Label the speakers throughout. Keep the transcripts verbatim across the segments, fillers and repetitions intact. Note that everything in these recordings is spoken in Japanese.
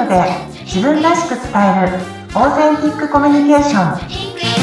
Speaker 1: ドで自分らしく伝えるオーセンティックコミュニケーション。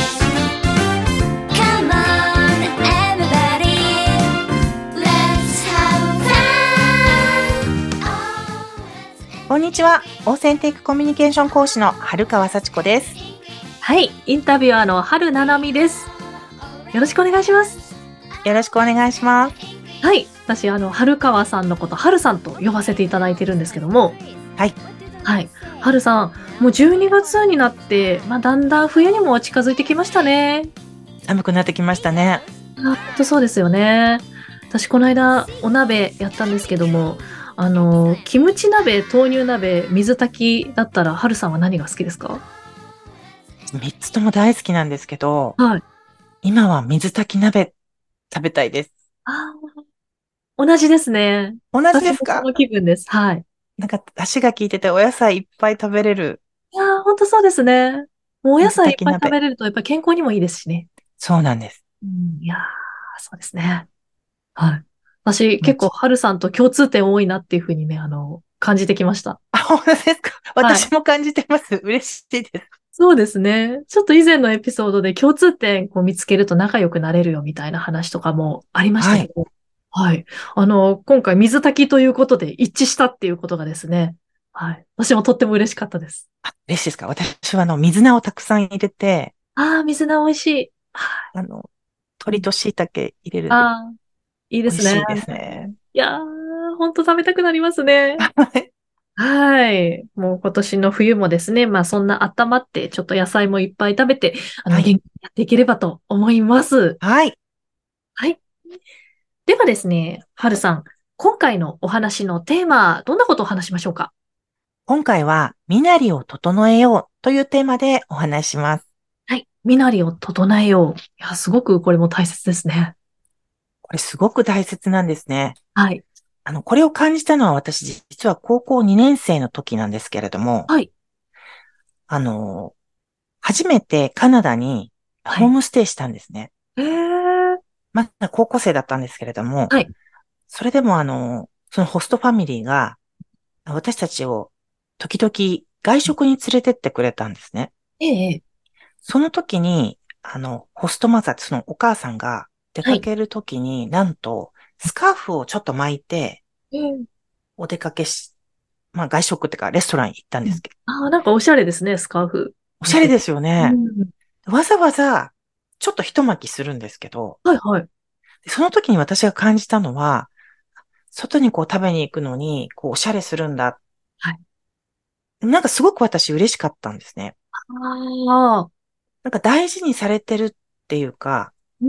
Speaker 1: こんにちは。オーセンティックコミュニケーション講師の春川幸子です。
Speaker 2: はい、インタビュアーの春七海です。よろしくお願いします。
Speaker 1: よろしくお願いします。
Speaker 2: はい、私あの春川さんのこと春さんと呼ばせていただいてるんですけども、
Speaker 1: はい
Speaker 2: はい、春さんもうじゅうにがつになって、まあ、だんだん冬にも近づいてきましたね。
Speaker 1: 寒くなってきましたね。
Speaker 2: あ、本当そうですよね。私この間お鍋やったんですけども、あのキムチ鍋、豆乳鍋、水炊きだったら春さんは何が好きですか？
Speaker 1: みっつとも大好きなんですけど、
Speaker 2: はい。
Speaker 1: 今は水炊き鍋食べたいです。
Speaker 2: あー、同じですね。
Speaker 1: 同じですか？
Speaker 2: 私もその気分です。はい。
Speaker 1: なんか出汁が効いててお野菜いっぱい食べれる
Speaker 2: いやー、ほんとそうですね。もうお野
Speaker 1: 水
Speaker 2: 菜いっぱい食
Speaker 1: 炊き鍋。
Speaker 2: べれるとやっぱり健康にもいいですしね。
Speaker 1: そうなんです。
Speaker 2: うん、いやー、そうですね。はい。私結構
Speaker 1: もうち
Speaker 2: 春さんと共通点多いなっていうふうにね、あの、感じてきました。
Speaker 1: あ、本当ですか？
Speaker 2: はい。
Speaker 1: 私も感じてます。嬉しいです。
Speaker 2: そうですね。ちょっと以前のエピソードで共通点こう見つけると仲良くなれるよみたいな話とかもありました
Speaker 1: はい。
Speaker 2: けど、はい。あの、今回水炊きということで一致したっていうことがですね、はい。私もとっても嬉しかったです。
Speaker 1: あ、嬉しいですか？私はあの、水菜をたくさん入れて、
Speaker 2: ああ、水菜美味しい。は
Speaker 1: あの、
Speaker 2: い。うん、
Speaker 1: 鶏と椎茸入れると
Speaker 2: ああ、いいですね。
Speaker 1: 美味しいですね。
Speaker 2: いやー、ほんと食べたくなりますね。
Speaker 1: はい。
Speaker 2: はい。もう今年の冬もですね、まあそんな温まって、ちょっと野菜もいっぱい食べて、あの、
Speaker 1: はい。
Speaker 2: 元気にやっていければと思います。
Speaker 1: はい。
Speaker 2: はい。ではですね、はるさん、今回のお話のテーマ、どんなことを話しましょうか？
Speaker 1: 今回は、身なりを整えようというテーマでお話しします。
Speaker 2: はい。身なりを整えよう。いや、すごくこれも大切ですね。
Speaker 1: これすごく大切なんですね。
Speaker 2: はい。
Speaker 1: あの、これを感じたのは私、実は高校にねん生の時なんですけれども、
Speaker 2: はい。
Speaker 1: あの、初めてカナダにホー
Speaker 2: はい。
Speaker 1: ムステイしたんですね。
Speaker 2: えー、
Speaker 1: まだ高校生だったんですけれども、
Speaker 2: はい。
Speaker 1: それでもあの、そのホストファミリーが私たちを時々外食に連れてってくれたんですね。
Speaker 2: ええ、
Speaker 1: その時に、あの、ホストマザー、そのお母さんが出
Speaker 2: はい。
Speaker 1: かける時になんと、スカーフをちょっと巻いて、
Speaker 2: えー、
Speaker 1: お出かけし、まあ外食っていうかレストラン行ったん
Speaker 2: うん、
Speaker 1: ですけど、
Speaker 2: ああ、なんかおしゃれですね、スカーフ巻いてて。
Speaker 1: おしゃれですよね。
Speaker 2: うん。
Speaker 1: わざわざ、ちょっと一巻きするんですけど、
Speaker 2: はいはい。
Speaker 1: その時に私が感じたのは、外にこう食べに行くのに、こうおしゃれするんだ。
Speaker 2: はい。
Speaker 1: なんかすごく私嬉しかったんですね。
Speaker 2: ああ、
Speaker 1: なんか大事にされてるっていうか、
Speaker 2: うん。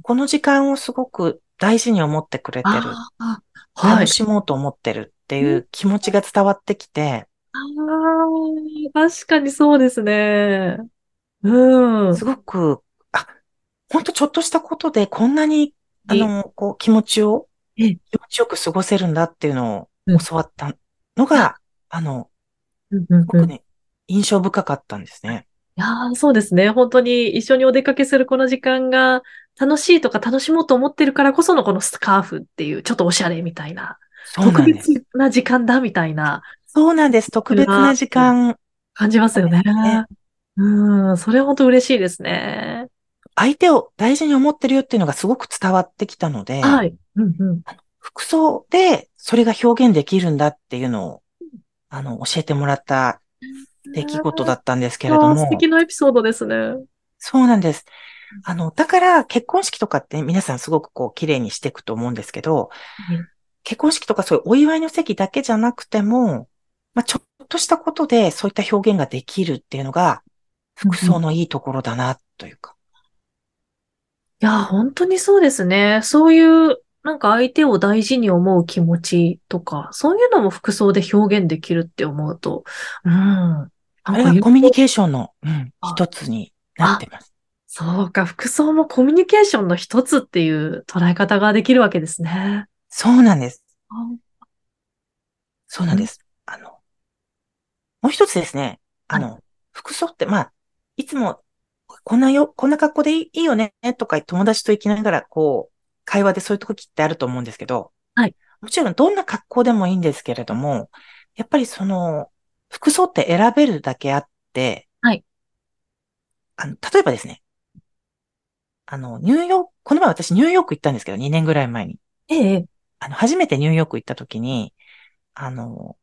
Speaker 1: この時間をすごく大事に思ってくれてる。
Speaker 2: ああ、はい。
Speaker 1: 楽しもうと思ってるって
Speaker 2: うん、
Speaker 1: いう気持ちが伝わってきて、
Speaker 2: ああ、確かにそうですね。うん。
Speaker 1: すごく、あ、ほんとちょっとしたことでこんなに、あ
Speaker 2: え、
Speaker 1: の、こう気持ちを、
Speaker 2: え、
Speaker 1: 気持ちよく過ごせるんだっていうのを
Speaker 2: うん。
Speaker 1: 教わったの
Speaker 2: あ、
Speaker 1: が、あの、
Speaker 2: うんうんうん。
Speaker 1: すごくね、印象深かったんですね。
Speaker 2: いやー、そうですね。本当に一緒にお出かけするこの時間が楽しいとか楽しもうと思ってるからこそのこのスカーフっていうちょっとおしゃれみたいな、
Speaker 1: そう
Speaker 2: 特
Speaker 1: なんです。
Speaker 2: 別な時間だみたいな、
Speaker 1: そうなんです。特別な
Speaker 2: が
Speaker 1: 時間
Speaker 2: 感じます
Speaker 1: なん
Speaker 2: よね。
Speaker 1: ですね。
Speaker 2: うん、それ本当嬉しいですね。
Speaker 1: 相手を大事に思ってるよっていうのがすごく伝わってきたので、
Speaker 2: はい。うんうん。
Speaker 1: あの服装でそれが表現できるんだっていうのを、あの、教えてもらった出来事だったんですけれど
Speaker 2: ああ、素
Speaker 1: も、
Speaker 2: 敵なエピソードですね。
Speaker 1: そうなんです。あの、だから結婚式とかって皆さんすごくこう綺麗にしていくと思うんですけど、
Speaker 2: ね、
Speaker 1: 結婚式とかそういうお祝いの席だけじゃなくても、まあ、ちょっとしたことでそういった表現ができるっていうのが服
Speaker 2: うんうん。い
Speaker 1: 装のいいところだなというか。
Speaker 2: や、本当にそうですね。そういう、なんか相手を大事に思う気持ちとか、そういうのも服装で表現できるって思うと、うん。なん
Speaker 1: あれ
Speaker 2: か有効、
Speaker 1: はコミュニケーションの、うん、
Speaker 2: あ、
Speaker 1: 一つになっ
Speaker 2: あ、
Speaker 1: てます。
Speaker 2: そうか、服装もコミュニケーションの一つっていう捉え方ができるわけですね。
Speaker 1: そうなんです。
Speaker 2: あ、うん、
Speaker 1: そうなんです。あの、もう一つですね。あ
Speaker 2: はい、
Speaker 1: の、服装って、まあ、いつも、こんなよ、こんな格好でいい、いいよね、とか友達と行きながら、こう、会話でそういう時ってあると思うんですけど、
Speaker 2: はい。
Speaker 1: もちろんどんな格好でもいいんですけれども、やっぱりその、 服装って選べるだけあって、
Speaker 2: はい。
Speaker 1: あの、例えばですね、あの、ニューヨーク、この前私ニューヨーク行ったんですけど、にねんぐらい前に。
Speaker 2: ええ、
Speaker 1: あの、初めてニューヨーク行った時に、あの、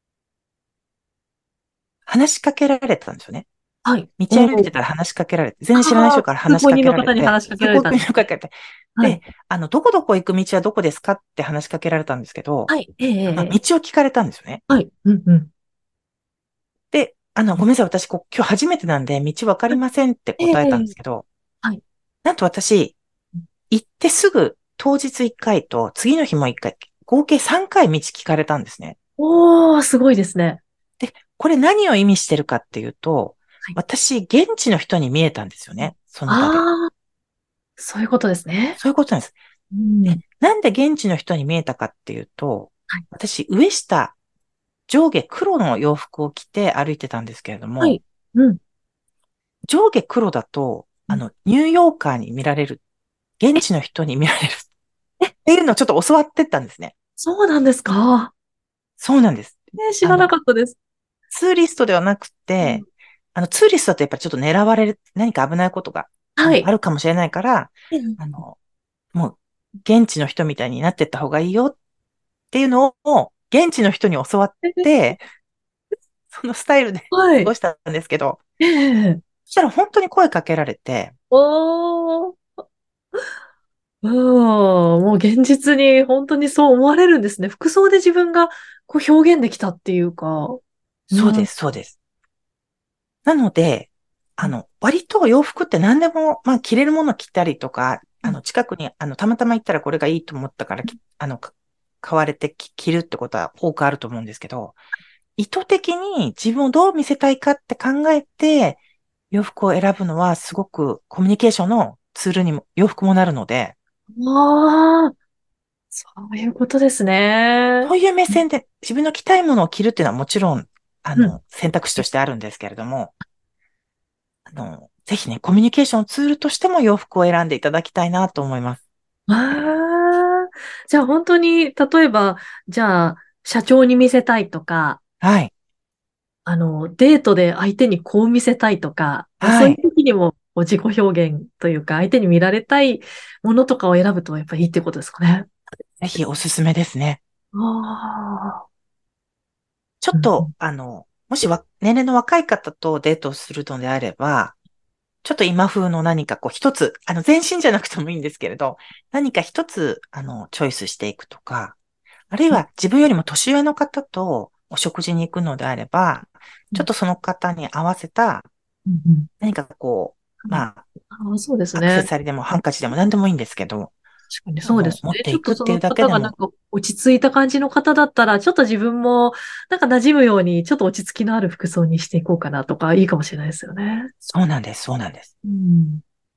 Speaker 1: 話しかけられてたんですよね。
Speaker 2: はい。
Speaker 1: 道
Speaker 2: おお。
Speaker 1: 歩いてたら話しかけられて、全然知らない
Speaker 2: ああ、
Speaker 1: 人から話しかけ
Speaker 2: 通行人の
Speaker 1: られて、
Speaker 2: 方に話しかけ
Speaker 1: 通行人
Speaker 2: られたんです。
Speaker 1: の方から、
Speaker 2: はい。
Speaker 1: で、あの、どこどこ行く道はどこですかって話しかけられたんですけど、
Speaker 2: はい。ええ、え
Speaker 1: あの、
Speaker 2: え、
Speaker 1: 道を聞かれたんですよね。
Speaker 2: はい。うんうん。
Speaker 1: で、あの、ごめんなさい、私、こ今日初めてなんで、道わかりませんって
Speaker 2: ええ、
Speaker 1: 答えたん
Speaker 2: ええ、
Speaker 1: ですけど、
Speaker 2: はい。
Speaker 1: なんと私、行ってすぐ、当日いっかいと、次の日もいっかい、合計さんかい道聞かれたんですね。
Speaker 2: おー、すごいですね。
Speaker 1: で、これ何を意味してるかっていうと、
Speaker 2: はい。
Speaker 1: 私、現地の人に見えたんですよね。その場で。
Speaker 2: ああ、そういうことですね。
Speaker 1: そういうことなんです。で、
Speaker 2: うん。
Speaker 1: なんで現地の人に見えたかっていうと、
Speaker 2: はい。
Speaker 1: 私、上下、上下黒の洋服を着て歩いてたんですけれども、
Speaker 2: はい。うん。
Speaker 1: 上下黒だと、
Speaker 2: うん。
Speaker 1: あの、ニューヨーカーに見られる、現
Speaker 2: え、
Speaker 1: 地の人に見られるっ
Speaker 2: え、
Speaker 1: ていうのをちょっと教わってったんですね。
Speaker 2: そうなんですか？
Speaker 1: そうなんです。
Speaker 2: えー、知らな
Speaker 1: あの、
Speaker 2: かったです。
Speaker 1: ツーリストではなく
Speaker 2: うん。
Speaker 1: て、あの、ツーリストだとやっぱりちょっと狙われる、何か危ないことが、あの、あ
Speaker 2: はい。
Speaker 1: るかもしれないから、
Speaker 2: うん。
Speaker 1: あの、もう、現地の人みたいになってった方がいいよっていうのを、現地の人に教わっ
Speaker 2: えー、
Speaker 1: て、そのスタイルで
Speaker 2: はい。
Speaker 1: 過ごしたんですけど、
Speaker 2: ええ、
Speaker 1: そしたら本当に声かけられて、
Speaker 2: おー。うん。もう現実に本当にそう思われるんですね。服装で自分がこう表現できたっていうか。うん。
Speaker 1: そうです、そうです。なので、あの、割と洋服って何でも、まあ、着れるもの着たりとか、
Speaker 2: うん。
Speaker 1: あの、近くに、あの、たまたま行ったらこれがいいと思ったから、きあの、か買われてき着るってことは多くあると思うんですけど、意図的に自分をどう見せたいかって考えて、洋服を選ぶのはすごくコミュニケーションのツールにも、洋服もなるので、
Speaker 2: ああ、そういうことですね。
Speaker 1: そういう目線で自分の着たいものを着るっていうのはもちろん、あ
Speaker 2: うん。
Speaker 1: の、選択肢としてあるんですけれども、あの、ぜひね、コミュニケーションツールとしても洋服を選んでいただきたいなと思います。
Speaker 2: ああ、じゃあ本当に、例えば、じゃあ、社長に見せたいとか、
Speaker 1: はい。
Speaker 2: あの、デートで相手にこう見せたいとか、もうそういう
Speaker 1: はい。
Speaker 2: 時にもこう自己表現というか、相手に見られたいものとかを選ぶとやっぱりいいってことですかね。
Speaker 1: ぜひおすすめですね。
Speaker 2: ああ、
Speaker 1: ちょっと、
Speaker 2: うんうん。
Speaker 1: あの、もしわ、年齢の若い方とデートをするのであれば、ちょっと今風の何かこう一つ、あの、全身じゃなくてもいいんですけれど、何か一つ、あの、チョイスしていくとか、あるいは自分よりも年上の方とお食事に行くのであれば、
Speaker 2: うん。
Speaker 1: ちょっとその方に合わせた
Speaker 2: うんうん。
Speaker 1: 何かこう、
Speaker 2: はい。
Speaker 1: まあ、
Speaker 2: ああ、そうです
Speaker 1: アクセ
Speaker 2: ね。
Speaker 1: サリーでもハンカチでも何でもいいんですけど、
Speaker 2: 確かに
Speaker 1: あの、
Speaker 2: そうですね。
Speaker 1: 持って
Speaker 2: ちょっとその
Speaker 1: いくっていうだけでも、
Speaker 2: 方がなんか落ち着いた感じの方だったら、ちょっと自分もなんか馴染むように、ちょっと落ち着きのある服装にしていこうかなとか、いいかもしれないですよね。
Speaker 1: そうなんです、そうなんです。
Speaker 2: うん。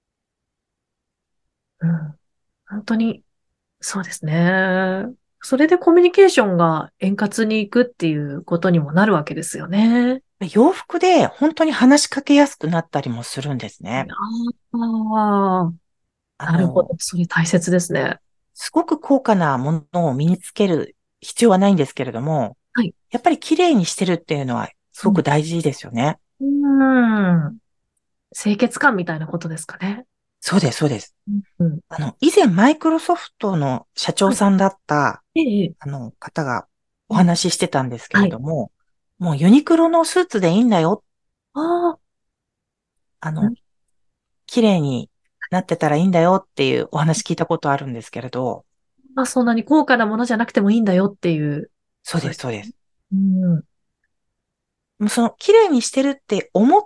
Speaker 2: うん。本当に、そうですね。それでコミュニケーションが円滑にいくっていうことにもなるわけですよね。
Speaker 1: 洋服で本当に話しかけやすくなったりもするんですね。
Speaker 2: ああ、
Speaker 1: あ
Speaker 2: なるほど。
Speaker 1: の、
Speaker 2: それ大切ですね。
Speaker 1: すごく高価なものを身につける必要はないんですけれども、
Speaker 2: はい。
Speaker 1: やっぱり綺麗にしてるっていうのはすごく大事ですよね。
Speaker 2: うん。うん。清潔感みたいなことですかね。
Speaker 1: そうです、そうです。
Speaker 2: うん。うん。
Speaker 1: あの、以前マイクロソフトの社長
Speaker 2: はい。
Speaker 1: さんだった
Speaker 2: ええ、ええ。
Speaker 1: あの方がお
Speaker 2: うん。
Speaker 1: 話ししてたんですけ
Speaker 2: はい。
Speaker 1: れども、もうユニクロのスーツでいいんだよ。
Speaker 2: ああ、
Speaker 1: あの、綺麗になってたらいいんだよっていうお話聞いたことあるんですけれど、
Speaker 2: まあ、そんなに高価なものじゃなくてもいいんだよっていう、
Speaker 1: そうです、
Speaker 2: そうです。
Speaker 1: そうです。
Speaker 2: うん。
Speaker 1: もうその綺麗にしてるって思って、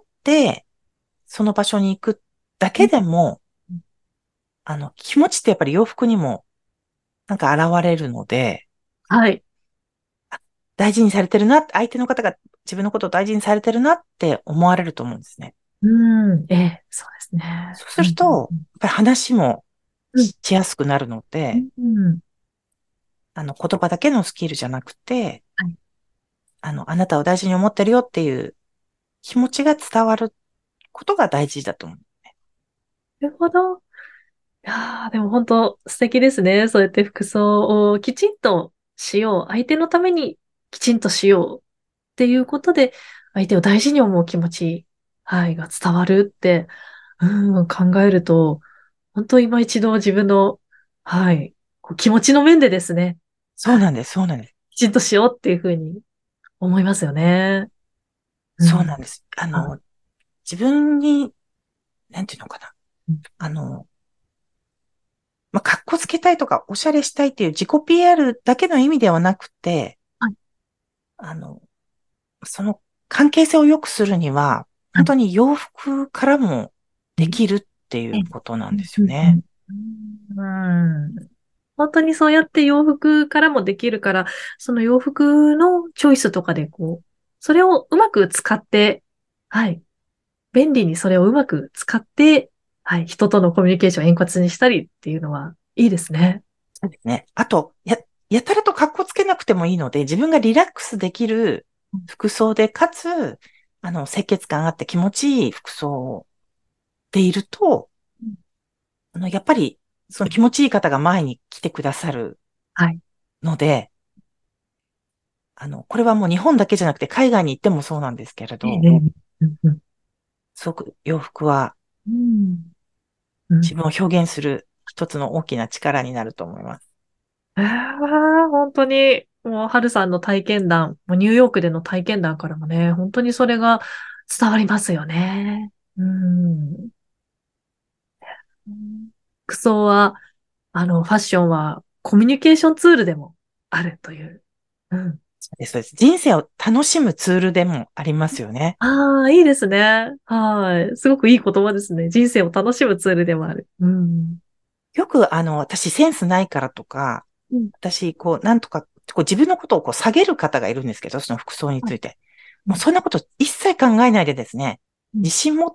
Speaker 1: その場所に行くだけでも、あの、気持ちってやっぱり洋服にもなんか現れるので、
Speaker 2: はい。
Speaker 1: 大事にされてるな、相手の方が自分のことを大事にされてるなって思われると思うんですね。
Speaker 2: うん。ええ、そうですね。
Speaker 1: そうす
Speaker 2: うん。
Speaker 1: ると、やっぱり話も
Speaker 2: うん。
Speaker 1: しやすくなるので、
Speaker 2: うん。うん。
Speaker 1: あの、言葉だけのスキルじゃなくて、
Speaker 2: はい。
Speaker 1: あの、あなたを大事に思ってるよっていう気持ちが伝わることが大事だと思う。
Speaker 2: なるほど。いやー、でも本当素敵ですね。そうやって服装をきちんとしよう。相手のためにきちんとしようっっていうことで、相手を大事に思う気持ち、はい、が伝わるって、うん、考えると、本当今一度自分の、はい、こう気持ちの面でですね、はい、
Speaker 1: そうなんです、そうなんです。
Speaker 2: きちんとしようっていうふうに思いますよね。うん。
Speaker 1: そうなんです。あ
Speaker 2: あ、
Speaker 1: の、自分に、なんていうのかな。
Speaker 2: うん、
Speaker 1: あの、まあ、格好つけたいとか、おしゃれしたいっていう自己 ピーアール だけの意味ではなくて、
Speaker 2: はい、
Speaker 1: あの、その関係性を良くするには、
Speaker 2: はい、
Speaker 1: 本当に洋服からも
Speaker 2: うん、
Speaker 1: できるってい
Speaker 2: え
Speaker 1: うことなんで
Speaker 2: うん、うん、う
Speaker 1: すよね。
Speaker 2: ん。うん、本当にそうやって洋服からもできるから、その洋服のチョイスとかでこう、それをうまく使って、はい、便利にそれをうまく使って、はい、人とのコミュニケーションを円滑にしたりっていうのは、いいですね。
Speaker 1: そうですね。あと、や、やたらと格好つけなくてもいいので、自分がリラックスできる服装で、かつ、あの、清潔感あって気持ちいい服装でいると、
Speaker 2: うん、
Speaker 1: あの、やっぱり、その気持ちいい方が前に来てくださる
Speaker 2: はい。
Speaker 1: ので、あの、これはもう日本だけじゃなくて海外に行ってもそうなんですけれ
Speaker 2: ええ、
Speaker 1: ど、
Speaker 2: うんうん、
Speaker 1: すごく洋服は
Speaker 2: うん、うん。
Speaker 1: 自分を表現する一つの大きな力になると思います。
Speaker 2: ええ、本当に、もう、ハルさんの体験談、もうニューヨークでの体験談からもね、本当にそれが伝わりますよね。うん。服装は、あの、ファッションはコミュニケーションツールでもあるという。うん。
Speaker 1: そうです、そうです。人生を楽しむツールでもありますよね。
Speaker 2: ああ、いいですね。はい。すごくいい言葉ですね。人生を楽しむツールでもある。うん。
Speaker 1: よく、あの、私センスないからとか、
Speaker 2: うん。
Speaker 1: 私、こう、なんとか、こう自分のことをこう下げる方がいるんですけど、その服装に
Speaker 2: はい。
Speaker 1: ついて。
Speaker 2: うん。
Speaker 1: もうそんなこと一切考えないでですね、
Speaker 2: うん。
Speaker 1: 自信持って、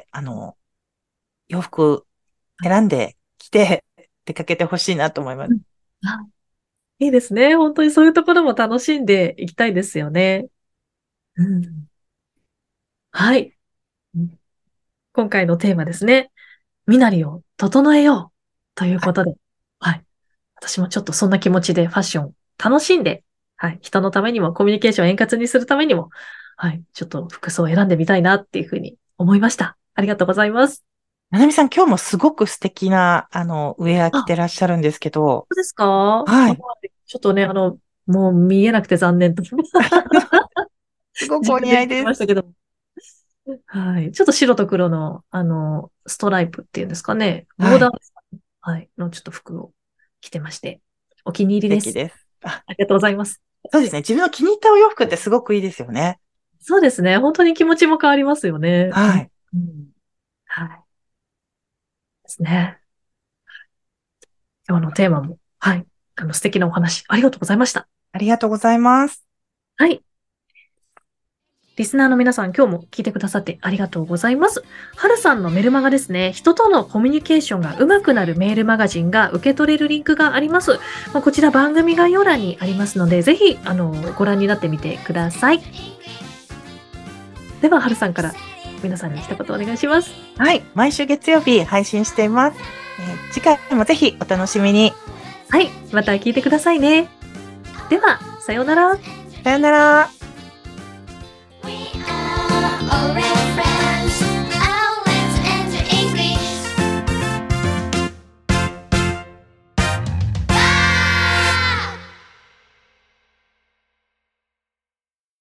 Speaker 1: あの、洋服
Speaker 2: はい。
Speaker 1: 選んで着て出かけてほしいなと思います。
Speaker 2: うん。あ、いいですね。本当にそういうところも楽しんでいきたいですよね。うん。はい。うん、今回のテーマですね。身なりを整えようという
Speaker 1: はい。
Speaker 2: ことで。はい。私もちょっとそんな気持ちでファッション楽しんで、はい。人のためにもコミュニケーションを円滑にするためにも、はい。ちょっと服装を選んでみたいなっていうふうに思いました。ありがとうございます。
Speaker 1: ななみさん、今日もすごく素敵な、あの、ウェア着
Speaker 2: あ、
Speaker 1: てらっしゃるんですけど、
Speaker 2: そうですか？はい。
Speaker 1: はい。
Speaker 2: ちょっとね、あの、もう見えなくて残念と。
Speaker 1: すごくお似
Speaker 2: 自分で言って
Speaker 1: 合いです。
Speaker 2: ましたけど。はい。ちょっと白と黒の、あの、ストライプっていうんですかね。ボー
Speaker 1: はい。
Speaker 2: ダーですかね、はい。のちょっと服を着てまして。お気に入
Speaker 1: 素
Speaker 2: りです。
Speaker 1: 敵です。あ、
Speaker 2: ありがとうございます。
Speaker 1: そうですね。自分の気に入ったお洋服ってすごくいいですよね。
Speaker 2: そうですね。本当に気持ちも変わりますよね。うん。
Speaker 1: はい。
Speaker 2: うん、はい。ですね。今日のテーマも、はい。あの、素敵なお話、ありがとうございました。
Speaker 1: ありがとうございます。
Speaker 2: はい。リスナーの皆さん、今日も聞いてくださってありがとうございます。はるさんのメルマガですね、人とのコミュニケーションが上手くなるメールマガジンが受け取れるリンクがあります。まあ、こちら番組概要欄にありますので、ぜひ、あの、ご覧になってみてください。では、はるさんから皆さんに一言お願いします。
Speaker 1: はい。毎週月曜日配信しています。えー次回もぜひお楽しみに。
Speaker 2: はい。また聞いてくださいね。では、さようなら。
Speaker 1: さよなら。